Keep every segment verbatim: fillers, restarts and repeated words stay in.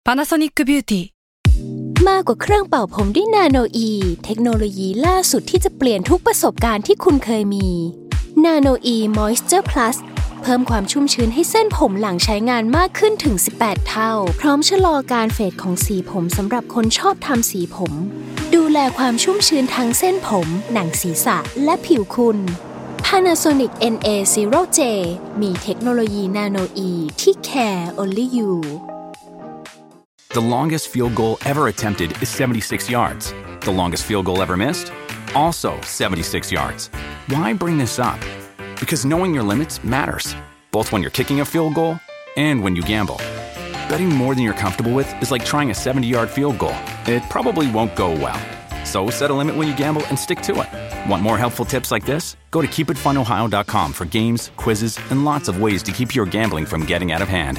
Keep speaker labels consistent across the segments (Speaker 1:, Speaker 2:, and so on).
Speaker 1: Panasonic Beauty
Speaker 2: มากกว่าเครื่องเป่าผมด้วยนาโนอีเทคโนโลยีล่าสุดที่จะเปลี่ยนทุกประสบการณ์ที่คุณเคยมีนาโนอีมอยส์เจอร์พลัสเพิ่มความชุ่มชื้นให้เส้นผมหลังใช้งานมากขึ้นถึงสิบแปดเท่าพร้อมชะลอการเฟดของสีผมสำหรับคนชอบทำสีผมดูแลความชุ่มชื้นทั้งเส้นผมหนังศีรษะและผิวคุณ Panasonic เอ็น เอ ศูนย์ เจ มีเทคโนโลยีนาโนอีที่ care only you
Speaker 3: The longest field goal ever attempted is seventy-six yards. The longest field goal ever missed? Also seventy-six yards. Why bring this up? Because knowing your limits matters, both when you're kicking a field goal and when you gamble. Betting more than you're comfortable with is like trying a seventy-yard field goal. It probably won't go well. So set a limit when you gamble and stick to it. Want more helpful tips like this? Go to keep it fun ohio dot com for games, quizzes, and lots of ways to keep your gambling from getting out of hand.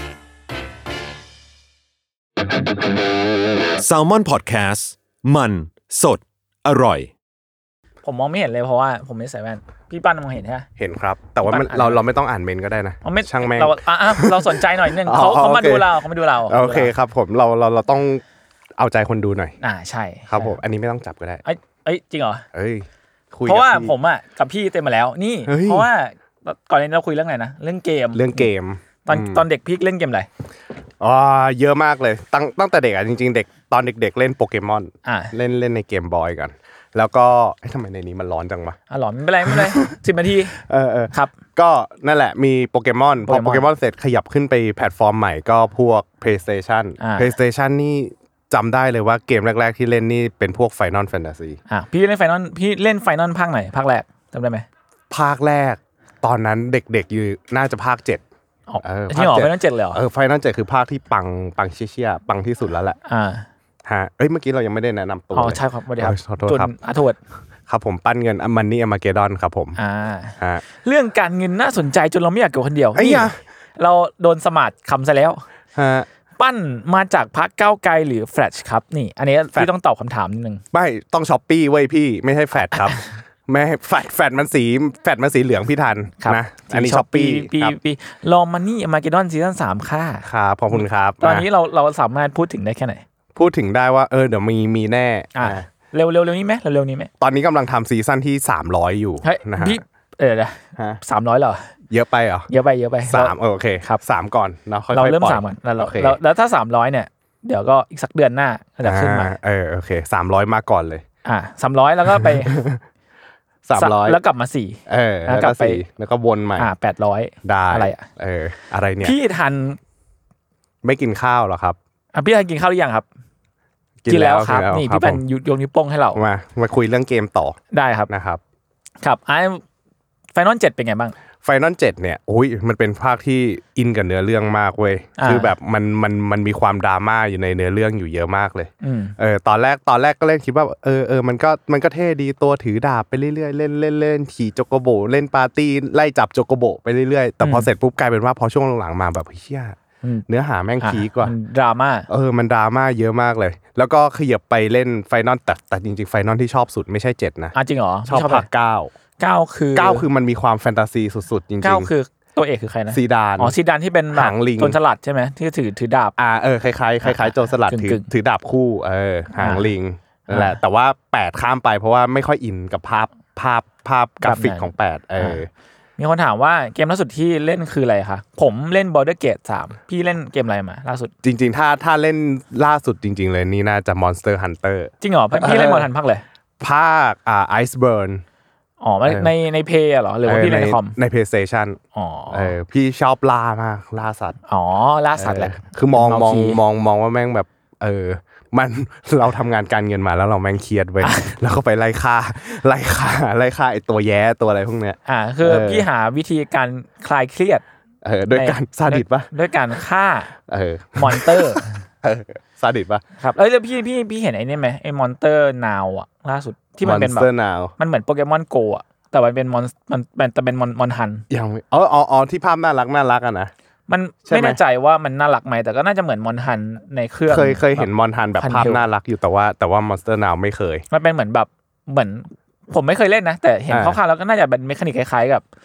Speaker 4: Salmon Podcast มันสดอร่อย
Speaker 5: ผมมองไม่เห็นเลยเพราะว่าผมไม่ใส่แว่นพี่ปั้นมองเห็นใช่ไหม
Speaker 6: เห็นครับแต่ว่ามันเราเราไม่ต้องอ่านเมนก็ได้นะช่างแม่ง
Speaker 5: เราอ่ะเราสนใจหน่อยนึงเขาเขามาดูเราเขามาดูเรา
Speaker 6: โอเคครับผมเราเราเราต้องเอาใจคนดูหน่อย
Speaker 5: อ่าใช่
Speaker 6: ครับผมอันนี้ไม่ต้องจับก็ได้
Speaker 5: เอ้ยเอ้ยจริงเหรอ
Speaker 6: เอ้ย
Speaker 5: คุยเพราะว่าผมอ่ะกับพี่เต็มมาแล้วนี่เพราะว่าก่อนนี้เราคุยเรื่องอะไรนะเรื่องเกม
Speaker 6: เรื่องเกม
Speaker 5: ตอนตอนเด็กพี่เล่นเกมอะไร
Speaker 6: อ๋อเยอะมากเลยตั้งตั้งแต่เด็กอ่ะจริงๆเด็กตอนเด็กๆเล่นโปเกมอนเล่นเล่นในเกมบอยกันแล้วก็เอ๊ะทำไมในนี้มันร้อนจังวะ
Speaker 5: อ่ะร้อนไม่เป็นไรไม่เป็นไรสิบนาที
Speaker 6: เออ
Speaker 5: ๆครับ
Speaker 6: ก็นั่นแหละมีโปเกมอนพอโปเกมอนเสร็จขยับขึ้นไปแพลตฟอร์มใหม่ก็พวก PlayStation PlayStation นี่จำได้เลยว่าเกมแรกๆที่เล่นนี่เป็นพวก Final Fantasy
Speaker 5: อ่ะพี่เล่น Final พี่เล่น Final ภาคไหนภาคแรกจำได้มั้ย
Speaker 6: ภาคแรกตอนนั้นเด็กๆอยู่น่าจะภาคเจ็ด
Speaker 5: เออที่ออก Final เจ็ดเลยเหรอ
Speaker 6: เออ Final เจ็ดคือภาคที่ปังปังเชี่ยๆปังที่สุดแล้วแหละ
Speaker 5: อ่า
Speaker 6: ฮะเอ้ยเมื่อกี้เรายังไม่ได้แนะนำตัว
Speaker 5: อ๋อใช่ครับสวัสดีครับจุนอาโทษ
Speaker 6: ครับผมปั้นเงินอัมมันนี่อมาเกดอนครับผม
Speaker 5: อ่าฮะเรื่องการเงินน่าสนใจจนเราไม่อยากเกี่ยวคนเดียวนี่เราโดนสมาร์ทคำซะแล้ว
Speaker 6: ฮะ
Speaker 5: ปั้นมาจากพรรคก้าวไกลหรือแฟลชครับนี่อันนี้พี่ต้องตอบคำถามนิดนึง
Speaker 6: ไม่ต้องช้อปปี้เว้ยพี่ไม่ใช่แฟลชครับไม่แฟลชแฟลชมันสีแฟลชมันสีเหลืองพี่ทันนะอันนี้ช้อปปี้
Speaker 5: ครับลองมันนี่อมาเกดอนซีซั่นสามค่ะ
Speaker 6: ครับขอบคุณครับ
Speaker 5: ตอนนี้เราเราสามารถพูดถึงได้แค่ไหน
Speaker 6: พูดถึงได้ว่าเออเดี๋ยวมีมีแน่
Speaker 5: อ่าเร็วๆเร็วนี้มั้ยเร็วๆนี้มั้ย
Speaker 6: ตอนนี้กำลังทำซีซั่นที่สามร้อยอยู่นะฮะ
Speaker 5: พี่เออนะสามร้อยเหรอ
Speaker 6: เยอะไปเหรอ
Speaker 5: เยอะไปเยอะไป
Speaker 6: สามเออโอเคครับสามก่อนเนาะค่อยๆ
Speaker 5: เราเริ่มสามก่อนแล้วเราแล้วถ้าสามร้อยเนี่ยเดี๋ยวก็อีกสักเดือนหน้าจะขึ้นมา
Speaker 6: เออโอเคสามร้อยมาก่อนเลย
Speaker 5: อ่าสามร้อยแล้วก็ไป
Speaker 6: สามร้อย
Speaker 5: แล้วกลับมาสี่
Speaker 6: เออแล้วก็สี่แล้วก็วนใหม่
Speaker 5: อ่าแปดร้อย
Speaker 6: ได้
Speaker 5: อะไรอ่ะ
Speaker 6: เอออะไรเนี่ย
Speaker 5: พี่ทัน
Speaker 6: ไม่กินข้าวหรอครับ
Speaker 5: อ่ะพี่ทันกินข้าวหรือยังครับกินแล้วครับนี่พี่เป็นยกนิ้วโป้งให้เรา
Speaker 6: มามาคุยเรื่องเกมต่อ
Speaker 5: ได้ครับ
Speaker 6: นะครับ
Speaker 5: ครับไอ้ Final เจ็ดเป็นไงบ้าง
Speaker 6: Final เจ็ดเนี่ยโอ้ยมันเป็นภาคที่อินกับเนื้อเรื่องมากเว้ยคือแบบมันมันมันมีความดราม่าอยู่ในเนื้อเรื่องอยู่เยอะมากเลยเออตอนแรกตอนแรกก็เล่นคิดว่าเออเออมันก็มันก็เท่ดีตัวถือดาบไปเรื่อยๆเล่นเล่นเล่นขี่โจโกโบเล่นปาร์ตี้ไล่จับโจโกโบไปเรื่อยๆแต่พอเสร็จปุ๊บกลายเป็นว่าพอช่วงหลังๆมาแบบเหี้ยเนื้อหาแม่งพีกว่า
Speaker 5: ดราม่า
Speaker 6: เออมันดราม่าเยอะมากเลยแล้วก็ขยับไปเล่น Final แต่แต่จริงๆ Final ที่ชอบสุดไม่ใช่เจ็ดนะ
Speaker 5: อ่ะจริงเหรอ
Speaker 6: ชอบภาคเก้า
Speaker 5: เก้าคือ
Speaker 6: เก้าคือมันมีความแฟนตาซีสุดๆจริงๆ
Speaker 5: เก้าคือตัวเอกคือใครนะ
Speaker 6: ซีดาน
Speaker 5: อ๋อซีดานที่เป็น
Speaker 6: หางลิง
Speaker 5: โจรสลัดใช่มั้ยที่ถือถือดาบ
Speaker 6: อ่าเออคล้ายๆคล้ายๆโจรสลัดถือถือดาบคู่เออหางลิงนั่นแหละแต่ว่าแปดข้ามไปเพราะว่าไม่ค่อยอินกับภาพภาพภาพกราฟิกของแปดเออ
Speaker 5: มีคนถามว่าเกมล่าสุดที่เล่นคืออะไรคะผมเล่น Baldur's Gate สามพี่เล่นเกมอะไรมาล่าสุด
Speaker 6: จริงๆถ้าถ้าเล่นล่าสุดจริงๆเลยนี่น่าจะ Monster Hunter
Speaker 5: จริงเหรอพี่เล่น Monster Hunter ภาคเลย
Speaker 6: ภาคอ่า Iceborne
Speaker 5: อ๋อในในเพย์เหรอหรือว่าพี่เล่นในคอม
Speaker 6: ใน PlayStation
Speaker 5: อ๋อ
Speaker 6: เออพี่ชอบล่ามากล่าสัตว์
Speaker 5: อ๋อล่าสัตว์แหละ
Speaker 6: คือมองมองมองมองว่าแม่งแบบเออมันเราทำงานการเงินมาแล้วเราแม่งเครียดเว้ยแล้วก็ไปไล่ฆ่าไล่ฆ่าไล่ฆ่าไอ้ตัวแย้ตัวอะไรพวกเนี้ย
Speaker 5: อ่าคือพี่หาวิธีการคลายเครียด
Speaker 6: เออด้วยการซาดิสป่ะ
Speaker 5: ด้วยการฆ่า
Speaker 6: เออ
Speaker 5: มอนเตอร์
Speaker 6: เออซาดิสป่ะ
Speaker 5: ครับเอ้ยแล้วพี่พี่พี่เห็นไอ้นี่มั้ยไอ้มอนเตอร์นาวอ่ะล่าสุดที่มันเป็นแบบมันเหมือนโปเกมอนโกอ่ะแต่มันเป็นมอนมันเป็นแต่เป็นมอนมอนฮัน
Speaker 6: ยังอ๋ออ๋อที่ภาพน่ารักน่ารักอ่ะนะ
Speaker 5: มันไม่แน่ใจว่ามันน่ารักไหมแต่ก็น่าจะเหมือนมอนฮันในเครื่อง
Speaker 6: เคยเคยเห็นมอนฮันแบบภาพน่ารักอยู่แต่ว่าแต่ว่ามอนสเตอร์นาวไม่เคย
Speaker 5: มันเป็นเหมือนแบบเหมือนผมไม่เคยเล่นนะแต่เห็นคร่าวๆแล้วก็น่าจะเป็นเมคานิกคล้ายๆกับ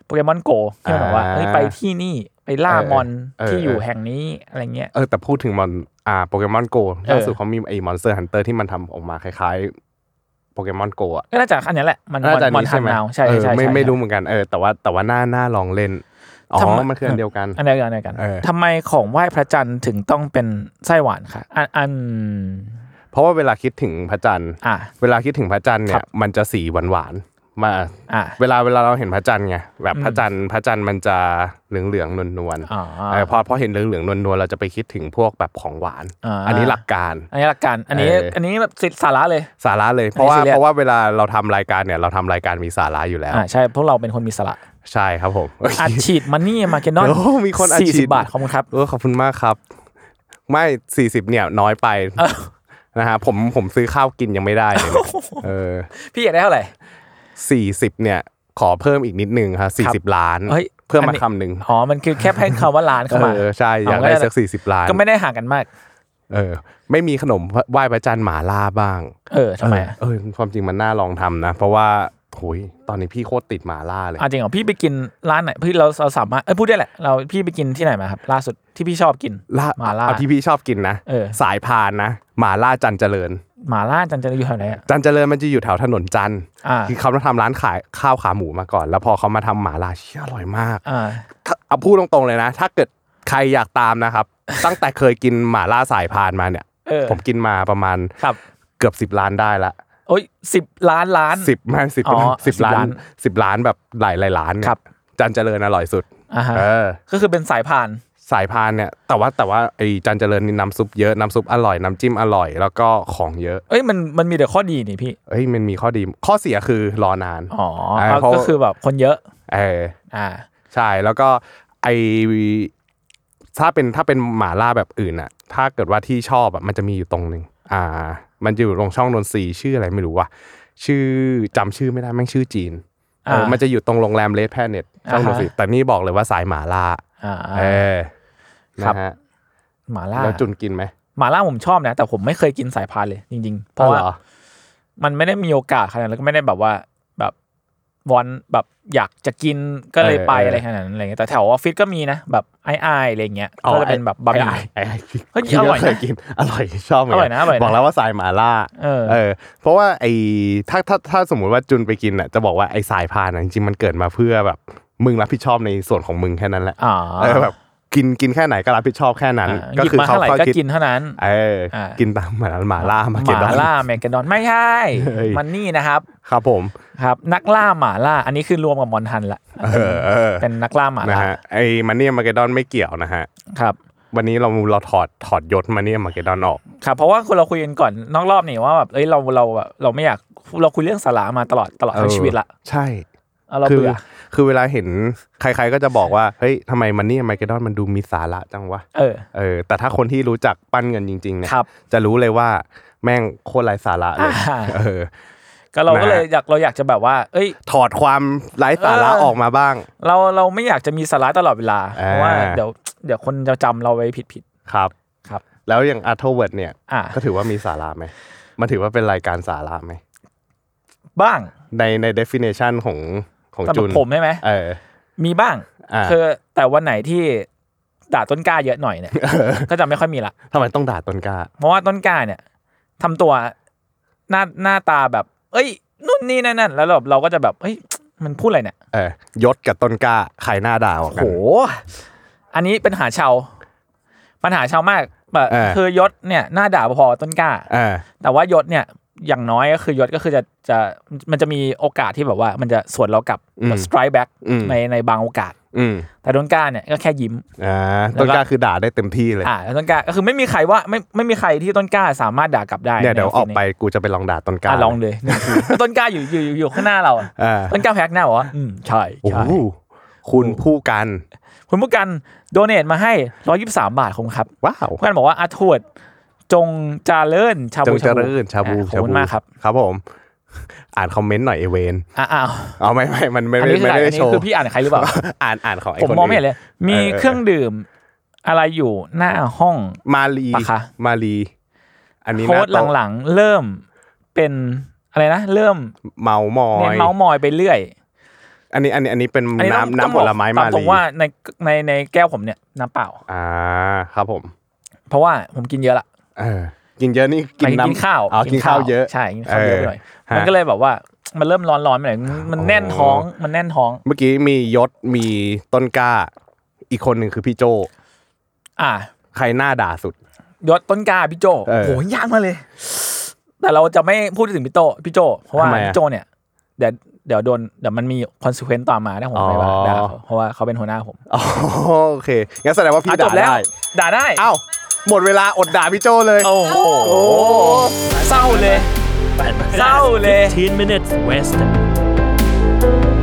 Speaker 5: โปเกมอนโกที่มันบอกว่าเฮ้ยไปที่นี่ไปล่ามอนที่อยู่แห่งนี้อะไรเงี้ย
Speaker 6: เออแต่พูดถึงมอนอ่าโปเกมอนโกล่าสุดเขามีไอ้มอนสเตอร์ฮันเตอร์ที่มันทำออกมาคล้ายๆโปเกมอนโกอ่ะ
Speaker 5: ก็น่าจะอันนี้แหละมันมอนฮันนาวใช่ใช่
Speaker 6: ไม่ไม่รู้เหมือนกันเออแต่ว่าแต่ว่าน่าน่าลองเล่นอ๋อมันคืออันเดียวกัน
Speaker 5: อันเดียวกันอันเดียวกันทำไมของไหว้พระจันทร์ถึงต้องเป็นไส้หวานค่ะอันอัน
Speaker 6: เพราะว่าเวลาคิดถึงพระจันทร์เวลาคิดถึงพระจันทร์เนี่ยมันจะสีหวานๆมาเวลาเวลาเราเห็นพระจันทร์ไงแบบพระจันทร์พระจันทร์มันจะเหลืองๆนวลๆพอพอเห็นเหลืองๆนวลๆเราจะไปคิดถึงพวกแบบของหวานอันนี้หลักการ
Speaker 5: อันนี้หลักการอันนี้อันนี้แบบสาระเลย
Speaker 6: สาระเลยเพราะว่าเพราะว่าเวลาเราทำรายการเนี่ยเราทำรายการมีสาระอยู่แล้ว
Speaker 5: อ่าใช่พวกเราเป็นคนมีสาระ
Speaker 6: ใช่ครับผม
Speaker 5: อัดฉีดมันนี่มาเกนอน
Speaker 6: มีคนอัดฉีด
Speaker 5: สี่สิบบาทขอบคุณครับ
Speaker 6: เออขอบคุณมากครับไม่สี่สิบเนี่ยน้อยไปนะฮะผมผมซื้อข้าวกินยังไม่ได้เลยเออ
Speaker 5: พี่อยากได้เท่าไหร่
Speaker 6: สี่สิบเนี่ยขอเพิ่มอีกนิดนึงครับสี่สิบล้านเพิ่มมาคำนึง
Speaker 5: อ๋อมันคือแค่ให้คำว่าล้านเข้ามา
Speaker 6: เออใช่อยากได้สักสี่สิบล้าน
Speaker 5: ก็ไม่ได้ห่างกันมาก
Speaker 6: เออไม่มีขนมไหว้พระจันทร์หม่าล่าบ้าง
Speaker 5: เออทำไม
Speaker 6: เออความจริงมันน่าลองทำนะเพราะว่าโหยตอนนี้พี่โคตรติดหม่าล่าเลย
Speaker 5: อ่ะจริงเหรอพี่ไปกินร้านไหนพี่เราเราสามารถเอ้ยพูดได้แหละเราพี่ไปกินที่ไหนมาครับล่าสุดที่พี่ชอบกินหม่าล่า
Speaker 6: เอาที่พี่ชอบกินนะสายพานนะหม่าล่าจันเจริญ
Speaker 5: หม่าล่าจันเจริญอยู่แถวไหนอ่ะ
Speaker 6: จันเจริญมันจะอยู่แถวถนนจันทร์คือเขาต้องทำร้านขายข้าวขาหมูมาก่อนแล้วพอเขามาทำหม่าล่าเชี่ยอร่อยมากเอาพูดตรงๆเลยนะถ้าเกิดใครอยากตามนะครับตั้งแต่เคยกินหม่าล่าสายพานมาเนี่ยผมกินมาประมาณเกือบสิบล้านได้ละ
Speaker 5: โอ้ยสิบล้านล้าน
Speaker 6: สิบไม่สิบสิบล้านสิบล้านแบบหลายหลายล้านเนี่ยจันเจริญอร่อยสุด
Speaker 5: เออก็คือเป็นสายพาน
Speaker 6: สายพานเนี่ยแต่ว่าแต่ว่าไอ้จันเจริญนี่น้ำซุปเยอะน้ำซุปอร่อยน้ำจิ้มอร่อยแล้วก็ของเยอะ
Speaker 5: เอ้ยมันมันมีแต่ข้อดีนี่พี่
Speaker 6: เอ้ยมันมีข้อดีข้อเสียคือรอนาน
Speaker 5: อ๋อก็คือแบบคนเยอะ
Speaker 6: เอออ่าใช่แล้วก็ไอถ้าเป็นถ้าเป็นหม่าล่าแบบอื่นอ่ะถ้าเกิดว่าที่ชอบอ่ะมันจะมีอยู่ตรงนึงอ่ามันอยู่ตรงช่องนนทรีชื่ออะไรไม่รู้ว่ะชื่อจำชื่อไม่ได้แม่งชื่อจีนเออมันจะอยู่ตรงโรงแรมเลดแพลเน็ตช่องนนทรีแต่นี่บอกเลยว่าสายหม่าล่าเออนะฮะ
Speaker 5: หม่าล่า
Speaker 6: แล้วจุนกินไหม
Speaker 5: หม่าล่าผมชอบนะแต่ผมไม่เคยกินสายพานเลยจริงๆเพราะว่ามันไม่ได้มีโอกาสขนาดนั้นแล้วก็ไม่ได้แบบว่าแบบวอนแบบอยากจะกินก็เลยไปอะไรขนาดนั้นอะไรเงี้ยแต่แถวออฟฟิศก็มีนะแบบไอ้ไออะไรเงี้ยก็จะเป็นแบบบะหมี่
Speaker 6: ไอ้ไอเฮ้ยอร่อยเคยกินอร่อยชอบเหมือนกันบอกแล้วว่าสายหม่าล่าเออเพราะว่าไอ้ถ้าถ้าถ้าสมมุติว่าจุนไปกินอ่ะจะบอกว่าไอ้สายพานจริงๆมันเกิดมาเพื่อแบบมึงรับผิดชอบในส่วนของมึงแค่นั้นแหละเออแบบกินกินแค่ไหนก็รับผิดชอบแค่นั้น
Speaker 5: ก็คือเขาก็กินเท่านั้น
Speaker 6: เออกินตามหม่าหม่าล่ามา
Speaker 5: เกดอนหม่าล่าแมกเกดอนไม่ใช่มันนี่นะครับ
Speaker 6: ครับผม
Speaker 5: ครับนักล่าหม่าล่าอันนี้คือรวมกับมอนฮันละเป็นนักล่าหม่าล่า
Speaker 6: ไอ้มันนี่มาเกดอนไม่เกี่ยวนะฮะ
Speaker 5: ครับ
Speaker 6: วันนี้เราเราถอดถอดยศมานี่มาเกดอนออก
Speaker 5: ครับเพราะว่าเราคุยกันก่อนนอกรอบนี่ว่าแบบเอ้ยเราเราแบบเราไม่อยากเราคุยเรื่องสาระมาตลอดตลอดทั้งชีวิตละ
Speaker 6: ใช่คือคือเวลาเห็นใครๆก็จะบอกว่าเฮ้ยทำไมมันนี่มาเกดอนมันดูมีสาระจังวะ
Speaker 5: เออ
Speaker 6: เออแต่ถ้าคนที่รู้จักปั้นเงินจริงๆเนี่ยจะรู้เลยว่าแม่งโคตรไร้สาระเลยเออ
Speaker 5: ก็เราก็เลยอยากเราอยากจะแบบว่าเอ้ย
Speaker 6: ถอดความไร้สาระออกมาบ้าง
Speaker 5: เราเราไม่อยากจะมีสาระตลอดเวลาเพราะว่าเดี๋ยวเดี๋ยวคนจะจำเราไว้ผิด
Speaker 6: ๆครับ
Speaker 5: ครับ
Speaker 6: แล้วอย่าง Artwork เนี่ยก็ถือว่ามีสาระไหมมันถือว่าเป็นรายการสาระไหม
Speaker 5: บ้าง
Speaker 6: ในใน definition ของของจุน
Speaker 5: ผมใช่ไหมเออมีบ้างคือแต่วันไหนที่ด่าต้นกล้าเยอะหน่อยเนี่ยก็จะไม่ค่อยมีละ
Speaker 6: ทำไมต้องด่าต้นกล้า
Speaker 5: เพราะว่าต้นกล้าเนี่ยทำตัวหน้าหน้าตาแบบเอ้ยนู่นนี่นั่นนั่นแล้วเราเราก็จะแบบเฮ้ยมันพูดอะไรเนี่ย
Speaker 6: เออยศกับต้นกล้าใครหน้าด่ากว่ากัน
Speaker 5: โหอันนี้เป็นหาชาวปัญหาชาวมากแบบคือยศเนี่ยหน้าด่าพอต้นกล้าแต่ว่ายศเนี่ยอย่างน้อยก็คือยศก็คือจะจะมันจะมีโอกาสที่แบบว่ามันจะสวนเรากลับแบบ strike back ในในบางโอกาสแต่ต้นกล้าเนี่ยก็แค่ยิ้ม
Speaker 6: อ่าต้นกล้าคือด่าได้เต็มที่เลย
Speaker 5: อ่าต้นกล้าก็คือไม่มีใครว่าไม่ไม่มีใครที่ต้นกล้าสามารถด่ากลับได้
Speaker 6: เนี่ยเดี๋ยวออกไปกูจะไปลองด่าต้นกล้า
Speaker 5: ลองเลยต้นกล้าอยู่อยู่อยู่ข้างหน้าเราต้นกล้าแพกหน้าบอกว่าอืมใช่ใช่
Speaker 6: คุณผู้กัน
Speaker 5: คุณผู้กันโดเนทมาให้หนึ่งร้อยยี่สิบสามบาทครับ
Speaker 6: ว้าว
Speaker 5: เพื่อนบอกว่าอาทวดจงเจริญชาบู
Speaker 6: จงเจริญชาบู
Speaker 5: ขอบคุณมากครับ
Speaker 6: ครับผมอ่านคอมเมนต์หน่อยเอเวน
Speaker 5: อ้าว
Speaker 6: เอาไม่ไม่มันไม่ไม่ได้โชว์
Speaker 5: คือพี่อ่านใครหรือเปล่า
Speaker 6: อ่านอ่านของไอ้
Speaker 5: คนผมมองไม่เห็นเลยมีเครื่องดื่มอะไรอยู่หน้าห้อง
Speaker 6: มาลีมาลีอันนี้
Speaker 5: โค้ดหลังๆเริ่มเป็นอะไรนะเริ่ม
Speaker 6: เมามอย
Speaker 5: เน้นเมามอยไปเรื่อย
Speaker 6: อันนี้อันนี้อันนี้เป็นน้ำน้ำผลไม้มาลี
Speaker 5: ตรงว่าในในในแก้วผมเนี่ยน้ำเปล่า
Speaker 6: อ่าครับผม
Speaker 5: เพราะว่าผมกินเยอะละ
Speaker 6: เออกินเยอะนี่กินน้
Speaker 5: ำข้าว
Speaker 6: อ๋อกินข้าวเยอะ
Speaker 5: ใช่กินข้าวเยอะไปหน่อยมันก็เลยแบบว่ามันเริ่มร้อนๆไปหน่อยมันแน่นท้องมันแน่นท้อง
Speaker 6: เมื่อกี้มียศมีต้นกล้าอีกคนหนึ่งคือพี่โจ
Speaker 5: อ่า
Speaker 6: ใครหน้าด่าสุด
Speaker 5: ยศต้นกล้าพี่โจโหยากมากเลยแต่เราจะไม่พูดถึงพี่โตพี่โจเพราะว่าพี่โจเนี่ยเดี๋ยวเดี๋ยวโดนเดี๋ยวมันมีคอนซีเควนซ์ตามมาถ้าผมไม่ว่าด่าเพราะว่าเขาเป็นหัวหน้าผม
Speaker 6: โอเคงั้นแสดงว่าพี่ด่าได้
Speaker 5: ด่าได้
Speaker 6: อ้าวหมดเวลาอดด่าพี่โจเลย
Speaker 5: โอ้โหเศร้าเลยเศร้าเลย
Speaker 1: fifteen minutes west